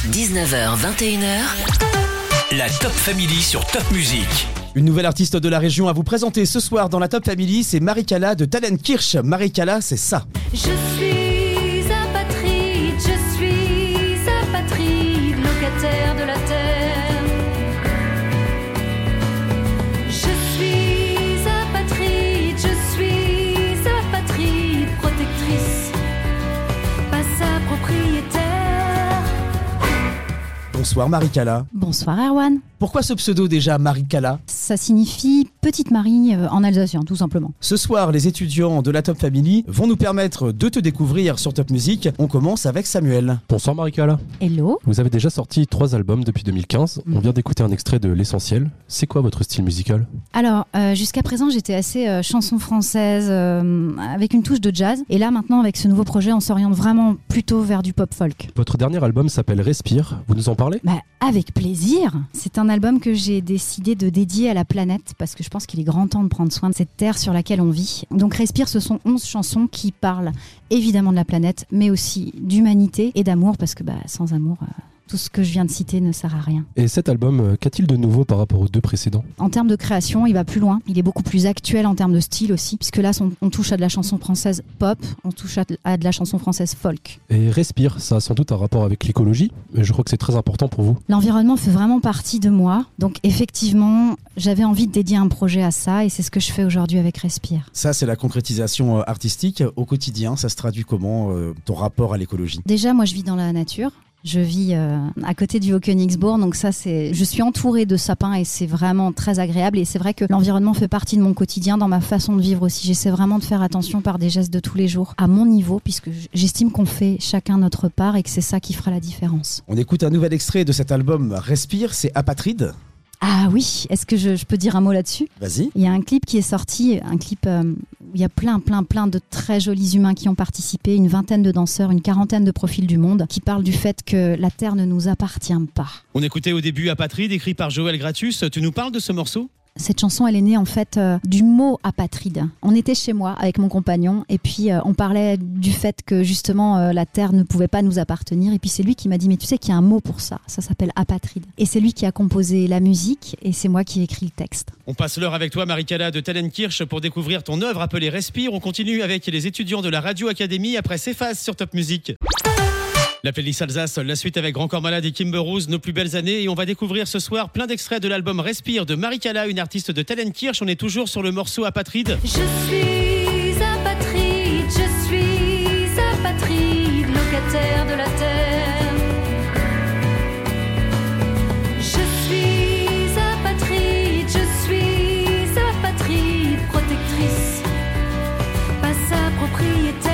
19h, 21h. La Top Family sur Top Music. Une nouvelle artiste de la région à vous présenter ce soir dans la Top Family, c'est Marikala de Tallenkirch. Marikala, c'est ça. Je suis apatride, je suis apatride, locataire de la terre. Je suis apatride, protectrice, pas sa propriétaire. Bonsoir Marikala. Bonsoir Erwan. Pourquoi ce pseudo déjà, Marikala ? Ça signifie Petite Marie en alsacien, tout simplement. Ce soir, les étudiants de la Top Family vont nous permettre de te découvrir sur Top Music. On commence avec Samuel. Bonsoir Marikala. Hello. Vous avez déjà sorti 3 albums depuis 2015. On vient d'écouter un extrait de L'Essentiel. C'est quoi votre style musical ? Alors, jusqu'à présent, j'étais assez chanson française, avec une touche de jazz. Et là, maintenant, avec ce nouveau projet, on s'oriente vraiment plutôt vers du pop-folk. Votre dernier album s'appelle Respire. Vous nous en parlez ? Avec plaisir. C'est un album que j'ai décidé de dédier à la planète parce que je pense qu'il est grand temps de prendre soin de cette terre sur laquelle on vit. Donc Respire, ce sont 11 chansons qui parlent évidemment de la planète, mais aussi d'humanité et d'amour parce que sans amour... tout ce que je viens de citer ne sert à rien. Et cet album, qu'a-t-il de nouveau par rapport aux 2 précédents ? En termes de création, il va plus loin. Il est beaucoup plus actuel en termes de style aussi, puisque là, on touche à de la chanson française pop, on touche à de la chanson française folk. Et Respire, ça a sans doute un rapport avec l'écologie. Je crois que c'est très important pour vous. L'environnement fait vraiment partie de moi. Donc effectivement, j'avais envie de dédier un projet à ça, et c'est ce que je fais aujourd'hui avec Respire. Ça, c'est la concrétisation artistique. Au quotidien, ça se traduit comment, ton rapport à l'écologie ? Déjà, moi, je vis dans la nature. Je vis à côté du Haut-Königsbourg, donc je suis entourée de sapins et c'est vraiment très agréable. Et c'est vrai que l'environnement fait partie de mon quotidien, dans ma façon de vivre aussi. J'essaie vraiment de faire attention par des gestes de tous les jours, à mon niveau, puisque j'estime qu'on fait chacun notre part et que c'est ça qui fera la différence. On écoute un nouvel extrait de cet album Respire, c'est Apatride. Ah oui, est-ce que je peux dire un mot là-dessus ? Vas-y. Il y a un clip qui est sorti, un clip où il y a plein de très jolis humains qui ont participé, une vingtaine de danseurs, une quarantaine de profils du monde, qui parlent du fait que la Terre ne nous appartient pas. On écoutait au début Apatride, écrit par Joël Gratus. Tu nous parles de ce morceau ? Cette chanson, elle est née en fait du mot apatride. On était chez moi avec mon compagnon et puis on parlait du fait que justement la terre ne pouvait pas nous appartenir. Et puis c'est lui qui m'a dit mais tu sais qu'il y a un mot pour ça, ça s'appelle apatride. Et c'est lui qui a composé la musique et c'est moi qui ai écrit le texte. On passe l'heure avec toi Marikala de Tallenkirch pour découvrir ton œuvre appelée Respire. On continue avec les étudiants de la Radio Académie après Céphase sur Top Music. La playlist Alsace, la suite avec Grand Corps Malade et Kimber Rose, nos plus belles années. Et on va découvrir ce soir plein d'extraits de l'album Respire de Marikala, une artiste de Tallenkirch. On est toujours sur le morceau Apatride. Je suis apatride, locataire de la terre. Je suis apatride, protectrice, pas sa propriétaire.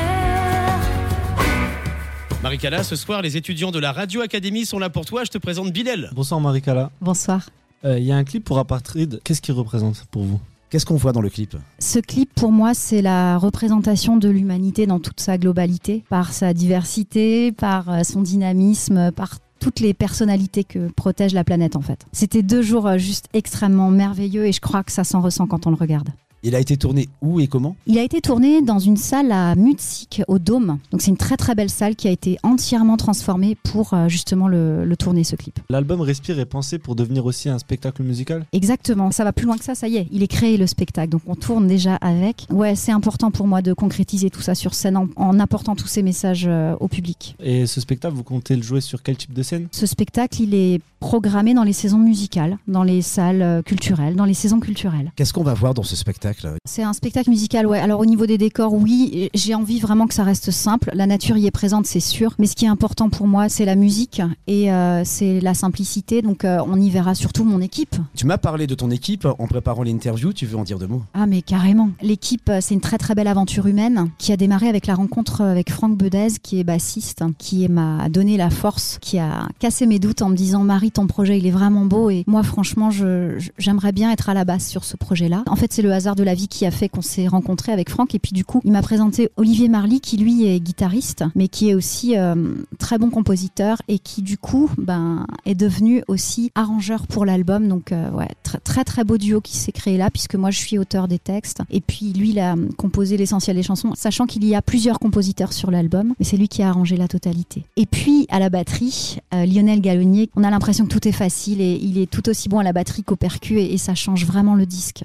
Marikala, ce soir, les étudiants de la Radio Académie sont là pour toi. Je te présente Bilal. Bonsoir Marikala. Bonsoir. Il y a un clip pour Apatride. Qu'est-ce qu'il représente pour vous ? Qu'est-ce qu'on voit dans le clip ? Ce clip, pour moi, c'est la représentation de l'humanité dans toute sa globalité, par sa diversité, par son dynamisme, par toutes les personnalités que protège la planète en fait. C'était 2 jours juste extrêmement merveilleux et je crois que ça s'en ressent quand on le regarde. Il a été tourné où et comment ? Il a été tourné dans une salle à Mutzig, au Dôme. Donc c'est une très très belle salle qui a été entièrement transformée pour justement le tourner ce clip. L'album Respire est pensé pour devenir aussi un spectacle musical ? Exactement, ça va plus loin que ça y est, il est créé le spectacle, donc on tourne déjà avec. Ouais, c'est important pour moi de concrétiser tout ça sur scène en apportant tous ces messages au public. Et ce spectacle, vous comptez le jouer sur quel type de scène ? Ce spectacle, il est programmé dans les saisons musicales, dans les salles culturelles, dans les saisons culturelles. Qu'est-ce qu'on va voir dans ce spectacle ? C'est un spectacle musical, ouais. Alors au niveau des décors, oui, j'ai envie vraiment que ça reste simple. La nature y est présente, c'est sûr. Mais ce qui est important pour moi, c'est la musique et c'est la simplicité. Donc on y verra surtout mon équipe. Tu m'as parlé de ton équipe en préparant l'interview. Tu veux en dire 2 mots ? Ah mais carrément. L'équipe, c'est une très très belle aventure humaine qui a démarré avec la rencontre avec Franck Bedez, qui est bassiste, qui m'a donné la force, qui a cassé mes doutes en me disant « Marie, Marie, ton projet, il est vraiment beau et moi, franchement, j'aimerais bien être à la base sur ce projet-là. En fait, c'est le hasard de la vie qui a fait qu'on s'est rencontrés avec Franck et puis du coup, il m'a présenté Olivier Marly qui lui est guitariste, mais qui est aussi très bon compositeur et qui du coup est devenu aussi arrangeur pour l'album. Donc très très beau duo qui s'est créé là puisque moi je suis auteur des textes et puis lui il a composé l'essentiel des chansons, sachant qu'il y a plusieurs compositeurs sur l'album, mais c'est lui qui a arrangé la totalité. Et puis à la batterie, Lionel Gallonnier, on a l'impression que tout est facile et il est tout aussi bon à la batterie qu'au percu et ça change vraiment le disque.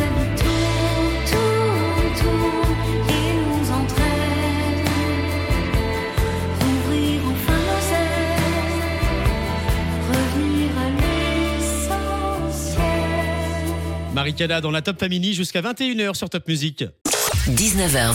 Marie Cala dans la Top Family jusqu'à 21h sur Top Music. 19h,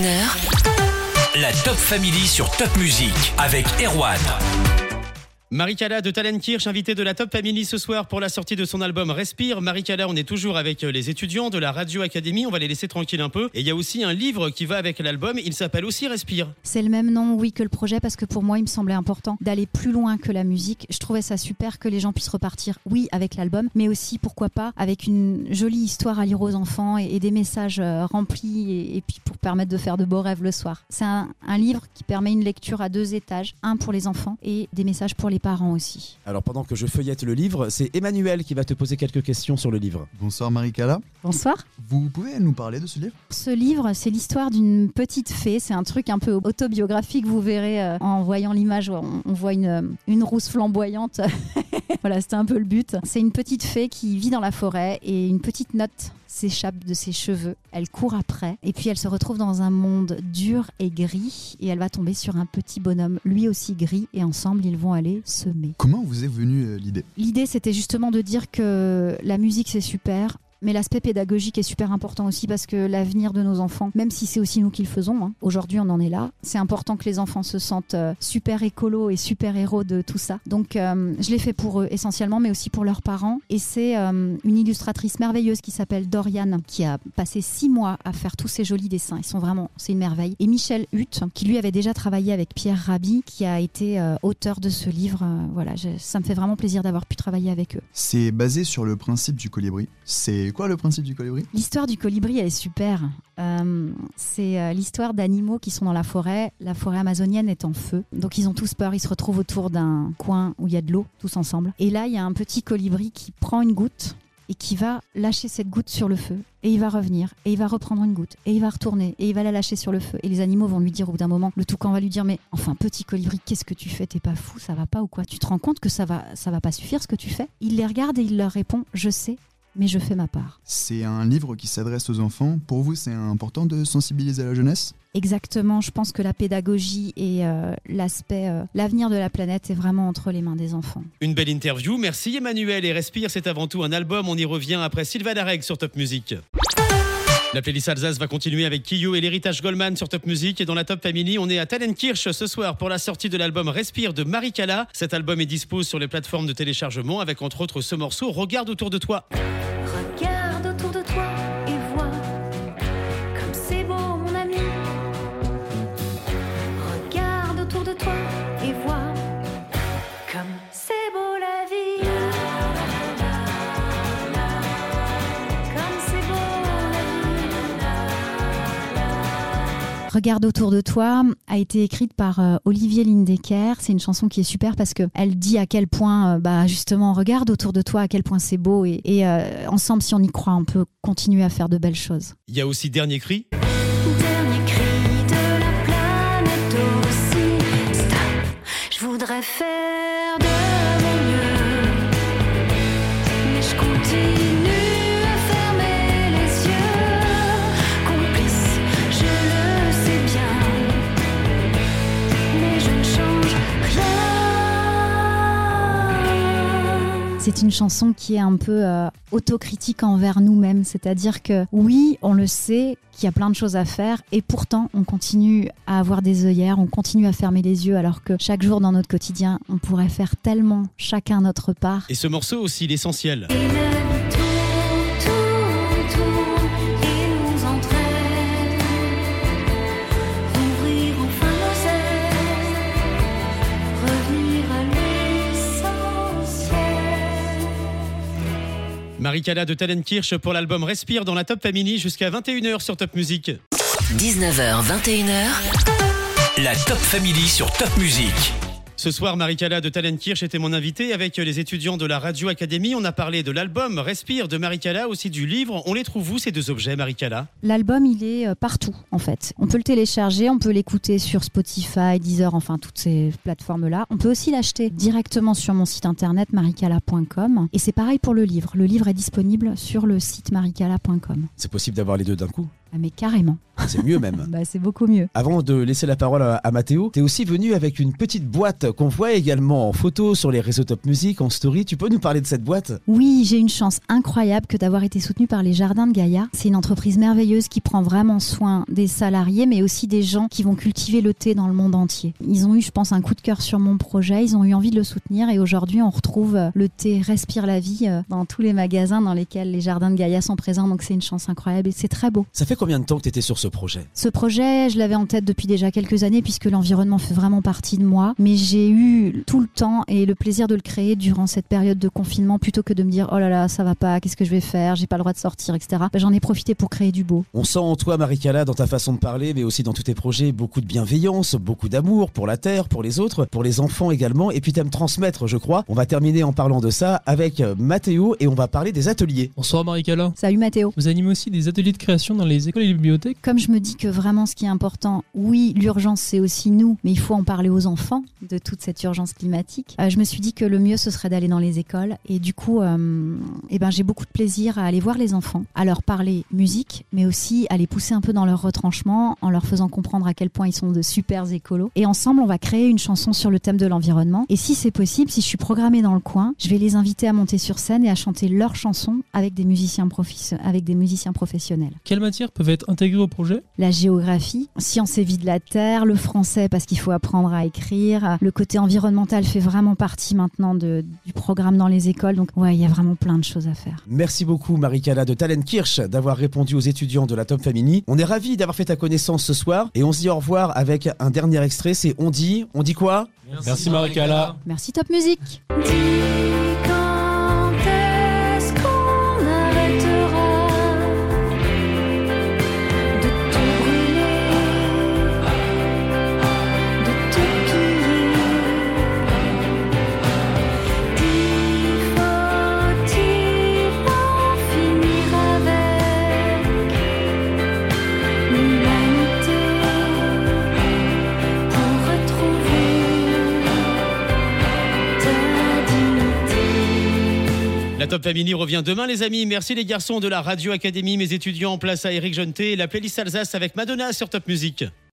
21h, la Top Family sur Top Music avec Erwan. Marie Cala de Tallenkirch, invitée de la Top Family ce soir pour la sortie de son album Respire. Marie Cala, on est toujours avec les étudiants de la Radio Académie, on va les laisser tranquilles un peu. Et il y a aussi un livre qui va avec l'album, il s'appelle aussi Respire. C'est le même nom, oui, que le projet, parce que pour moi, il me semblait important d'aller plus loin que la musique. Je trouvais ça super que les gens puissent repartir, oui, avec l'album, mais aussi, pourquoi pas, avec une jolie histoire à lire aux enfants et des messages remplis et puis pour permettre de faire de beaux rêves le soir. C'est un livre qui permet une lecture à 2 étages, un pour les enfants et des messages pour les parents aussi. Alors pendant que je feuillette le livre, c'est Emmanuel qui va te poser quelques questions sur le livre. Bonsoir Marie Cala. Bonsoir. Vous pouvez nous parler de ce livre ? Ce livre, c'est l'histoire d'une petite fée. C'est un truc un peu autobiographique, vous verrez en voyant l'image. On voit une rousse flamboyante. Voilà, c'était un peu le but. C'est une petite fée qui vit dans la forêt et une petite note s'échappe de ses cheveux. Elle court après et puis elle se retrouve dans un monde dur et gris et elle va tomber sur un petit bonhomme, lui aussi gris, et ensemble ils vont aller semer. Comment vous est venue l'idée ? L'idée, c'était justement de dire que la musique c'est super, mais l'aspect pédagogique est super important aussi parce que l'avenir de nos enfants, même si c'est aussi nous qui le faisons, aujourd'hui on en est là, c'est important que les enfants se sentent super écolos et super héros de tout ça. Donc je l'ai fait pour eux essentiellement, mais aussi pour leurs parents. Et c'est une illustratrice merveilleuse qui s'appelle Doriane, qui a passé 6 mois à faire tous ces jolis dessins. Ils sont vraiment, c'est une merveille. Et Michel Hutt, qui lui avait déjà travaillé avec Pierre Rabhi, qui a été auteur de ce livre. Voilà, ça me fait vraiment plaisir d'avoir pu travailler avec eux. C'est basé sur le principe du colibri. C'est quoi le principe du colibri ? L'histoire du colibri, elle est super. C'est l'histoire d'animaux qui sont dans la forêt. La forêt amazonienne est en feu. Donc ils ont tous peur. Ils se retrouvent autour d'un coin où il y a de l'eau, tous ensemble. Et là, il y a un petit colibri qui prend une goutte et qui va lâcher cette goutte sur le feu. Et il va revenir, et il va reprendre une goutte, et il va retourner, et il va la lâcher sur le feu. Et les animaux vont lui dire au bout d'un moment, le toucan va lui dire, mais enfin petit colibri, qu'est-ce que tu fais ? T'es pas fou, ça va pas ou quoi ? Tu te rends compte que ça va pas suffire ce que tu fais ? Il les regarde et il leur répond, je sais, mais je fais ma part. C'est un livre qui s'adresse aux enfants. Pour vous, c'est important de sensibiliser la jeunesse ? Exactement, je pense que la pédagogie et l'avenir de la planète est vraiment entre les mains des enfants. Une belle interview, merci Emmanuel. Et Respire, c'est avant tout un album, on y revient après Sylvain Darreg sur Top Music. La playlist Alsace va continuer avec Kyo et l'héritage Goldman sur Top Music. Et dans la Top Family, on est à Tallenkirch ce soir pour la sortie de l'album Respire de Marie Cala. Cet album est dispo sur les plateformes de téléchargement avec entre autres ce morceau Regarde autour de toi. Regarde autour de toi et vois comme c'est beau mon ami. Regarde autour de toi et vois comme c'est beau la vie. Comme c'est beau la vie. Regarde autour de toi a été écrite par Olivier Lindecker. C'est une chanson qui est super parce qu'elle dit à quel point, justement, regarde autour de toi à quel point c'est beau et ensemble, si on y croit, on peut continuer à faire de belles choses. Il y a aussi Dernier Cri. Dernier cri de la planète aussi. Stop, je voudrais faire de mon mieux, mais je continue à fermer les yeux. Complice, je le sais bien, mais je ne change rien. C'est une chanson qui est un peu autocritique envers nous-mêmes, c'est-à-dire que oui, on le sait qu'il y a plein de choses à faire et pourtant on continue à avoir des œillères, on continue à fermer les yeux alors que chaque jour dans notre quotidien, on pourrait faire tellement chacun notre part. Et ce morceau aussi, l'essentiel. Et même tout et nous entraîne. Ouvrir enfin nos ailes, revenir à l'essentiel. Marie-Cala de Tallenkirch pour l'album Respire dans la Top Family jusqu'à 21h sur Top Music. 19h, 21h, la Top Family sur Top Music. Ce soir, Marie-Cala de Tallenkirch était mon invitée avec les étudiants de la Radio Académie. On a parlé de l'album Respire de Marie-Cala, aussi du livre. On les trouve où ces deux objets, Marie-Cala ? L'album, il est partout, en fait. On peut le télécharger, on peut l'écouter sur Spotify, Deezer, enfin toutes ces plateformes-là. On peut aussi l'acheter directement sur mon site internet maricala.com. Et c'est pareil pour le livre. Le livre est disponible sur le site maricala.com. C'est possible d'avoir les deux d'un coup. Ah, mais carrément. C'est mieux même. Bah, c'est beaucoup mieux. Avant de laisser la parole à Mathéo, t'es aussi venu avec une petite boîte qu'on voit également en photo sur les réseaux Top Music, en story. Tu peux nous parler de cette boîte ? Oui, j'ai une chance incroyable que d'avoir été soutenue par les Jardins de Gaïa. C'est une entreprise merveilleuse qui prend vraiment soin des salariés, mais aussi des gens qui vont cultiver le thé dans le monde entier. Ils ont eu, je pense, un coup de cœur sur mon projet. Ils ont eu envie de le soutenir et aujourd'hui, on retrouve le thé Respire la vie dans tous les magasins dans lesquels les Jardins de Gaïa sont présents. Donc c'est une chance incroyable et c'est très beau. Ça fait combien de temps que t'étais sur ce projet ? Ce projet, je l'avais en tête depuis déjà quelques années puisque l'environnement fait vraiment partie de moi. Mais j'ai eu tout le temps et le plaisir de le créer durant cette période de confinement plutôt que de me dire oh là là, ça va pas, qu'est-ce que je vais faire, j'ai pas le droit de sortir, etc. J'en ai profité pour créer du beau. On sent en toi, Marie-Cala, dans ta façon de parler, mais aussi dans tous tes projets, beaucoup de bienveillance, beaucoup d'amour pour la terre, pour les autres, pour les enfants également. Et puis t'aimes transmettre, je crois. On va terminer en parlant de ça avec Mathéo et on va parler des ateliers. Bonsoir Marie-Cala. Salut Mathéo. Vous animez aussi des ateliers de création dans les écoles et les bibliothèques ? Comme je me dis que vraiment ce qui est important, oui, l'urgence c'est aussi nous, mais il faut en parler aux enfants de toute cette urgence climatique. Je me suis dit que le mieux ce serait d'aller dans les écoles et du coup, j'ai beaucoup de plaisir à aller voir les enfants, à leur parler musique, mais aussi à les pousser un peu dans leur retranchement en leur faisant comprendre à quel point ils sont de super écolos. Et ensemble, on va créer une chanson sur le thème de l'environnement. Et si c'est possible, si je suis programmée dans le coin, je vais les inviter à monter sur scène et à chanter leurs chansons avec des musiciens professionnels. Quelles matières peuvent être intégrées au projet ? La géographie, sciences et vie de la Terre, le français parce qu'il faut apprendre à écrire. Le côté environnemental fait vraiment partie maintenant du programme dans les écoles. Donc ouais, il y a vraiment plein de choses à faire. Merci beaucoup Marie-Cala de Tallenkirch d'avoir répondu aux étudiants de la Top Family. On est ravis d'avoir fait ta connaissance ce soir et on se dit au revoir avec un dernier extrait, c'est On dit quoi ? Merci Marie-Cala. Merci Top Music. Quand est-ce qu'on arrêtera de te brûler, de te piller? Faut-il en finir avec l'humanité pour retrouver ta dignité? La Top Family revient demain, les amis. Merci les garçons de la Radio Académie, mes étudiants en place à Éric Jeuneté et la playlist Alsace avec Madonna sur Top Music.